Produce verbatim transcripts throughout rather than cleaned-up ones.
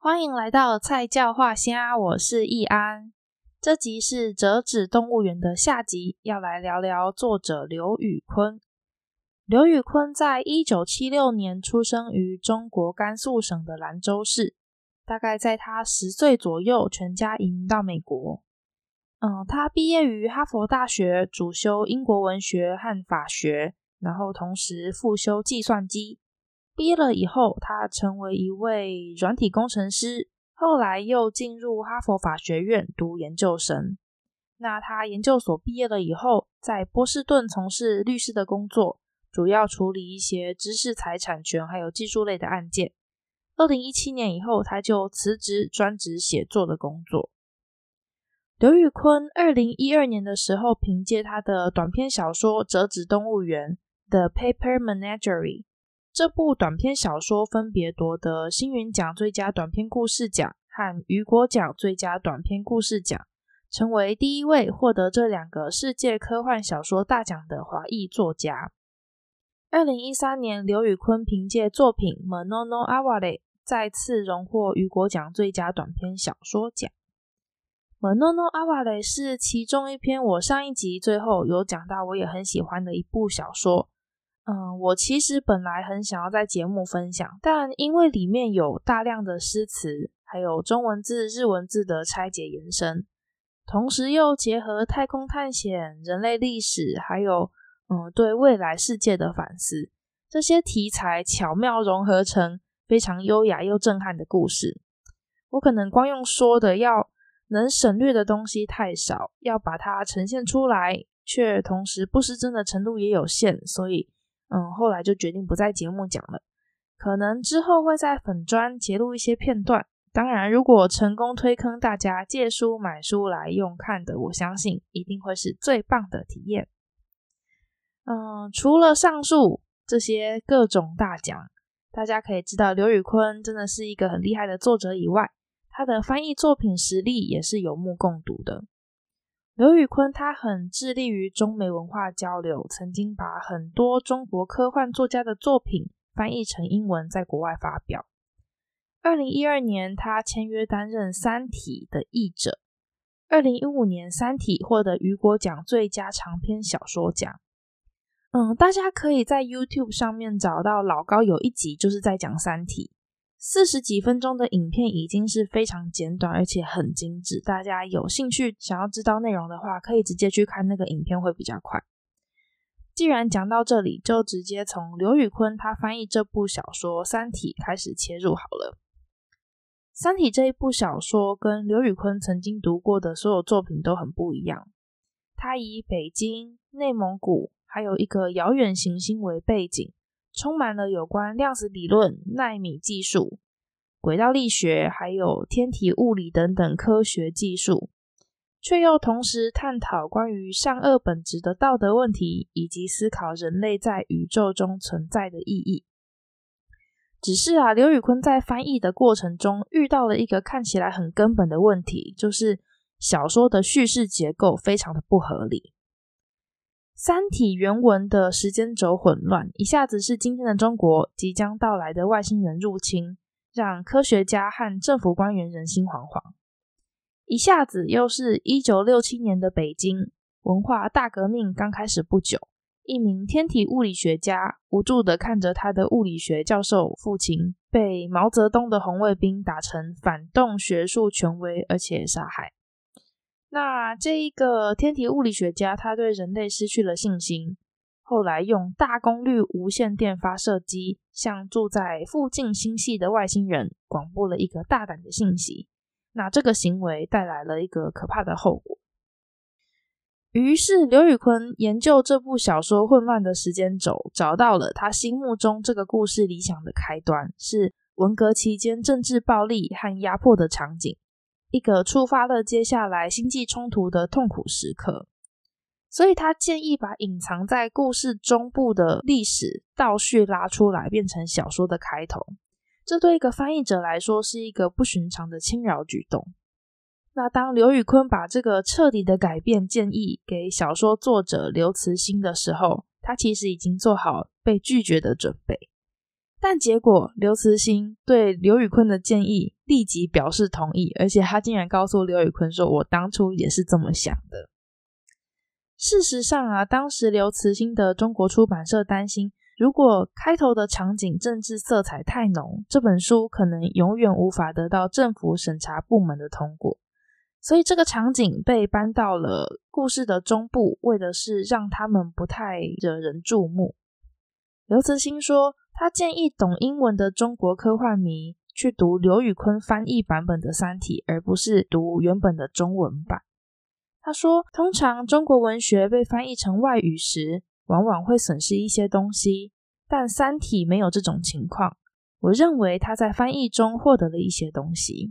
欢迎来到菜教话虾，我是易安。这集是折纸动物园的下集，要来聊聊作者刘宇昆。刘宇昆在一九七六年出生于中国甘肃省的兰州市，大概在他十岁左右，全家移民到美国。嗯，他毕业于哈佛大学，主修英国文学和法学，然后同时复修计算机。毕业了以后，他成为一位软体工程师，后来又进入哈佛法学院读研究生。那他研究所毕业了以后，在波士顿从事律师的工作，主要处理一些知识财产权还有技术类的案件。二零一七年以后，他就辞职专职写作的工作。刘宇昆二零一二年的时候，凭借他的短篇小说《折纸动物园》The Paper Menagerie，这部短篇小说分别夺得星云奖最佳短篇故事奖和雨果奖最佳短篇故事奖，成为第一位获得这两个世界科幻小说大奖的华裔作家。二零一三年，刘宇昆凭借作品《Monono Aware》再次荣获雨果奖最佳短篇小说奖。Monono Aware 是其中一篇我上一集最后有讲到我也很喜欢的一部小说。嗯，我其实本来很想要在节目分享，但因为里面有大量的诗词，还有中文字、日文字的拆解延伸，同时又结合太空探险、人类历史，还有嗯对未来世界的反思，这些题材巧妙融合成非常优雅又震撼的故事。我可能光用说的要能省略的东西太少，要把它呈现出来，却同时不失真的程度也有限，所以嗯，后来就决定不在节目讲了，可能之后会在粉专截录一些片段。当然，如果成功推坑大家借书买书来用看的，我相信一定会是最棒的体验。嗯，除了上述这些各种大奖，大家可以知道刘宇昆真的是一个很厉害的作者以外，他的翻译作品实力也是有目共睹的。刘宇昆他很致力于中美文化交流，曾经把很多中国科幻作家的作品翻译成英文在国外发表。二零一二年他签约担任三体的译者。二零一五年三体获得雨果奖最佳长篇小说奖。嗯，大家可以在 YouTube 上面找到老高有一集就是在讲三体。四十几分钟的影片已经是非常简短而且很精致，大家有兴趣想要知道内容的话，可以直接去看那个影片会比较快。既然讲到这里，就直接从刘宇昆他翻译这部小说《三体》开始切入好了。《三体》这一部小说跟刘宇昆曾经读过的所有作品都很不一样，他以北京、内蒙古还有一个遥远行星为背景，充满了有关量子理论、奈米技术、轨道力学还有天体物理等等科学技术，却又同时探讨关于善恶本质的道德问题，以及思考人类在宇宙中存在的意义。只是啊，刘宇昆在翻译的过程中遇到了一个看起来很根本的问题，就是小说的叙事结构非常的不合理。三体原文的时间轴混乱，一下子是今天的中国即将到来的外星人入侵，让科学家和政府官员人心惶惶。一下子又是一九六七年的北京，文化大革命刚开始不久，一名天体物理学家无助地看着他的物理学教授父亲被毛泽东的红卫兵打成反动学术权威而且杀害。那这一个天体物理学家他对人类失去了信心，后来用大功率无线电发射机向住在附近星系的外星人广播了一个大胆的信息，那这个行为带来了一个可怕的后果。于是刘宇昆研究这部小说混乱的时间轴，找到了他心目中这个故事理想的开端，是文革期间政治暴力和压迫的场景，一个触发了接下来星际冲突的痛苦时刻。所以他建议把隐藏在故事中部的历史倒叙拉出来，变成小说的开头。这对一个翻译者来说是一个不寻常的轻饶举动。那当刘宇昆把这个彻底的改变建议给小说作者刘慈欣的时候，他其实已经做好被拒绝的准备。 但结果刘慈欣对刘宇昆的建议立即表示同意，而且他竟然告诉刘宇昆说，我当初也是这么想的。事实上啊，当时刘慈欣的中国出版社担心，如果开头的场景政治色彩太浓，这本书可能永远无法得到政府审查部门的通过，所以这个场景被搬到了故事的中部，为的是让他们不太惹人注目。刘慈欣说，他建议懂英文的中国科幻迷去读刘宇昆翻译版本的《三体》，而不是读原本的中文版。他说，通常中国文学被翻译成外语时，往往会损失一些东西，但《三体》没有这种情况。我认为他在翻译中获得了一些东西。《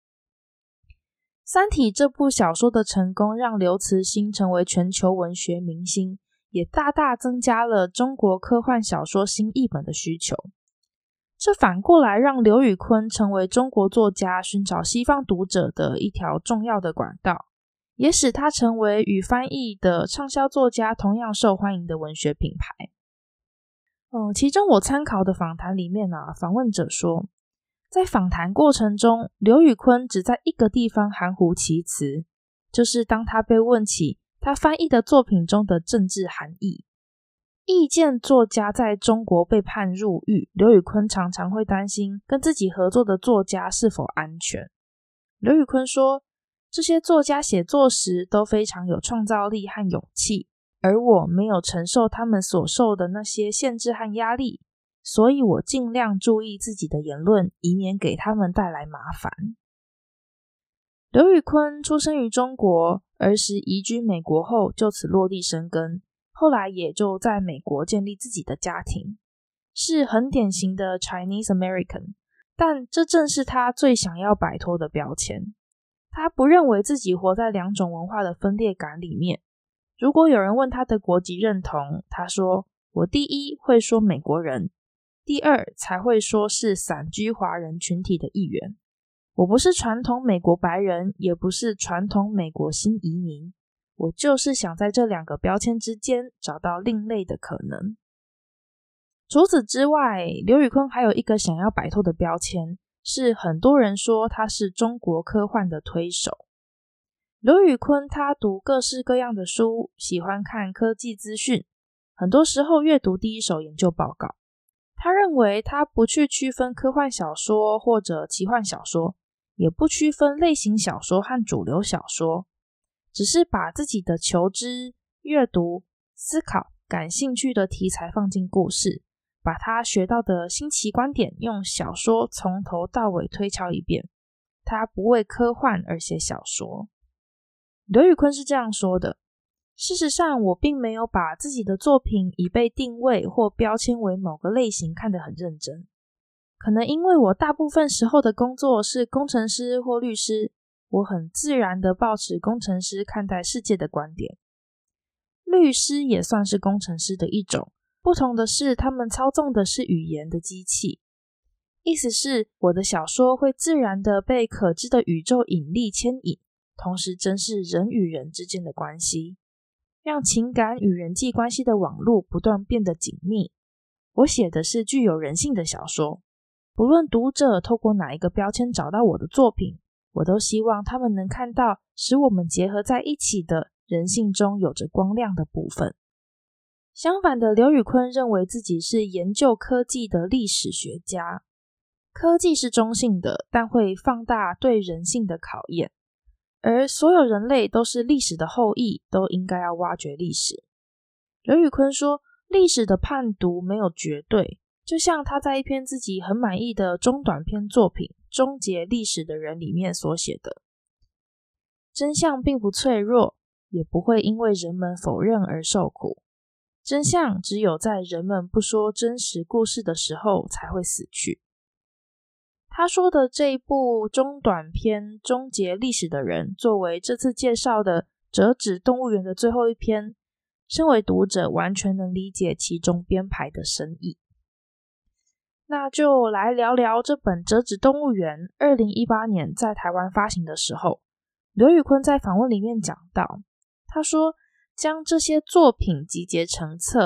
三体》这部小说的成功让刘慈欣成为全球文学明星，也大大增加了中国科幻小说新译本的需求。这反过来让刘宇昆成为中国作家寻找西方读者的一条重要的管道，也使他成为与翻译的畅销作家同样受欢迎的文学品牌。嗯，其中我参考的访谈里面啊，访问者说，在访谈过程中，刘宇昆只在一个地方含糊其辞，就是当他被问起他翻译的作品中的政治含义。意见作家在中国被判入狱，刘宇昆常常会担心跟自己合作的作家是否安全。刘宇昆说，这些作家写作时都非常有创造力和勇气，而我没有承受他们所受的那些限制和压力，所以我尽量注意自己的言论，以免给他们带来麻烦。刘宇昆出生于中国，儿时移居美国后就此落地生根，后来也就在美国建立自己的家庭，是很典型的 Chinese American， 但这正是他最想要摆脱的标签。他不认为自己活在两种文化的分裂感里面。如果有人问他的国籍认同，他说，我第一会说美国人，第二才会说是散居华人群体的一员。我不是传统美国白人，也不是传统美国新移民，我就是想在这两个标签之间找到另类的可能。除此之外，刘宇昆还有一个想要摆脱的标签，是很多人说他是中国科幻的推手。刘宇昆他读各式各样的书，喜欢看科技资讯，很多时候阅读第一手研究报告。他认为他不去区分科幻小说或者奇幻小说，也不区分类型小说和主流小说，只是把自己的求知、阅读、思考、感兴趣的题材放进故事，把他学到的新奇观点用小说从头到尾推敲一遍。他不为科幻而写小说。刘宇昆是这样说的，事实上我并没有把自己的作品以被定位或标签为某个类型看得很认真，可能因为我大部分时候的工作是工程师或律师，我很自然地抱持工程师看待世界的观点。律师也算是工程师的一种，不同的是他们操纵的是语言的机器。意思是我的小说会自然地被可知的宇宙引力牵引，同时珍视人与人之间的关系，让情感与人际关系的网络不断变得紧密。我写的是具有人性的小说，不论读者透过哪一个标签找到我的作品，我都希望他们能看到使我们结合在一起的人性中有着光亮的部分。相反的，刘宇昆认为自己是研究科技的历史学家。科技是中性的，但会放大对人性的考验，而所有人类都是历史的后裔，都应该要挖掘历史。刘宇昆说，历史的判读没有绝对，就像他在一篇自己很满意的中短篇作品《终结历史的人》里面所写的，真相并不脆弱，也不会因为人们否认而受苦。真相只有在人们不说真实故事的时候才会死去。他说的这一部中短篇《终结历史的人》作为这次介绍的折纸动物园的最后一篇，身为读者完全能理解其中编排的深意。那就来聊聊这本折纸动物园二零一八年在台湾发行的时候，刘宇昆在访问里面讲到，他说将这些作品集结成册，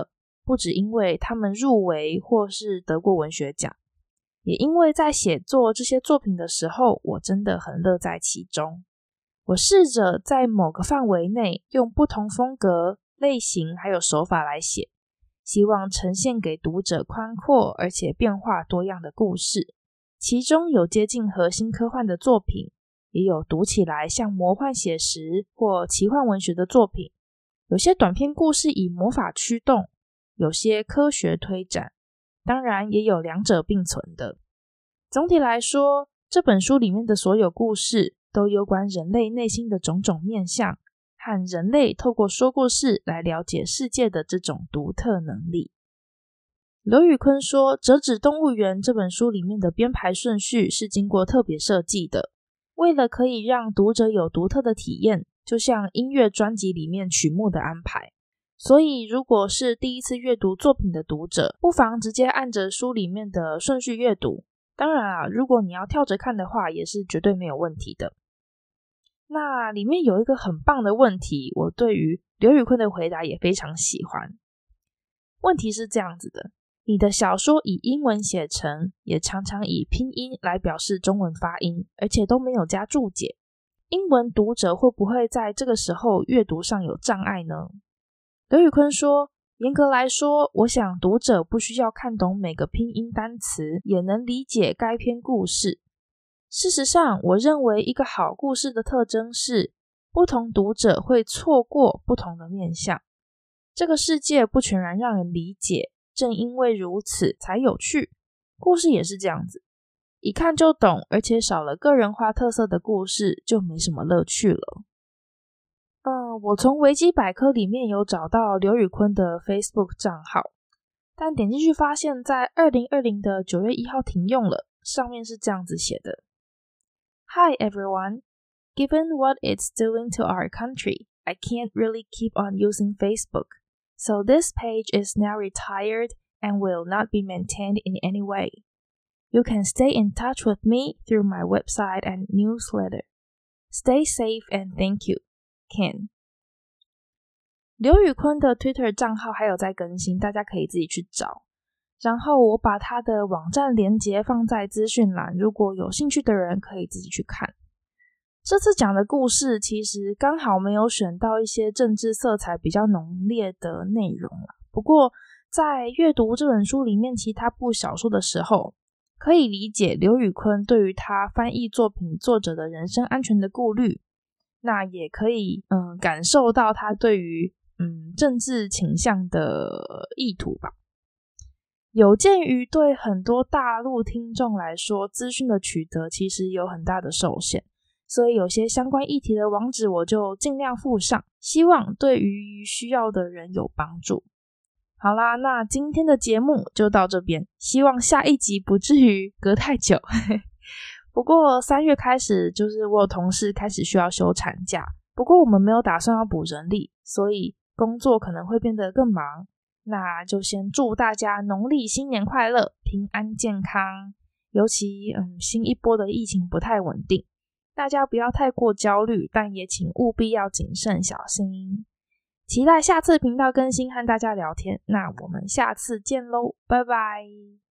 不只因为他们入围或是得过文学奖，也因为在写作这些作品的时候，我真的很乐在其中。我试着在某个范围内用不同风格、类型还有手法来写，希望呈现给读者宽阔而且变化多样的故事。其中有接近核心科幻的作品，也有读起来像魔幻写实或奇幻文学的作品，有些短篇故事以魔法驱动，有些科学推展，当然也有两者并存的。总体来说，这本书里面的所有故事都有关人类内心的种种面向，和人类透过说故事来了解世界的这种独特能力。刘宇昆说，《折纸动物园》这本书里面的编排顺序是经过特别设计的，为了可以让读者有独特的体验，就像音乐专辑里面曲目的安排。所以如果是第一次阅读作品的读者，不妨直接按着书里面的顺序阅读。当然啊，如果你要跳着看的话，也是绝对没有问题的。那里面有一个很棒的问题，我对于刘宇昆的回答也非常喜欢。问题是这样子的，你的小说以英文写成，也常常以拼音来表示中文发音，而且都没有加注解。英文读者会不会在这个时候阅读上有障碍呢？刘宇昆说，严格来说，我想读者不需要看懂每个拼音单词，也能理解该篇故事。事实上，我认为一个好故事的特征是，不同读者会错过不同的面向。这个世界不全然让人理解，正因为如此才有趣。故事也是这样子，一看就懂，而且少了个人化特色的故事，就没什么乐趣了。嗯，我从维基百科里面有找到刘宇昆的 Facebook 账号，但点进去发现在二零二零的九月一号停用了，上面是这样子写的。Hi everyone, given what it's doing to our country, I can't really keep on using Facebook, so this page is now retired and will not be maintained in any way. You can stay in touch with me through my website and newsletter. Stay safe and thank you, Ken. 刘宇昆的 Twitter 账号还有在更新，大家可以自己去找。然后我把他的网站连结放在资讯栏，如果有兴趣的人可以自己去看。这次讲的故事其实刚好没有选到一些政治色彩比较浓烈的内容啦，不过在阅读这本书里面其他部小说的时候，可以理解刘宇昆对于他翻译作品作者的人身安全的顾虑，那也可以嗯感受到他对于嗯政治倾向的意图吧。有鉴于对很多大陆听众来说，资讯的取得其实有很大的受限，所以有些相关议题的网址我就尽量附上，希望对于需要的人有帮助。好啦，那今天的节目就到这边，希望下一集不至于隔太久。不过三月开始，就是我有同事开始需要休产假，不过我们没有打算要补人力，所以工作可能会变得更忙。那就先祝大家农历新年快乐，平安健康。尤其嗯，新一波的疫情不太稳定，大家不要太过焦虑，但也请务必要谨慎小心。期待下次频道更新和大家聊天，那我们下次见咯，拜拜。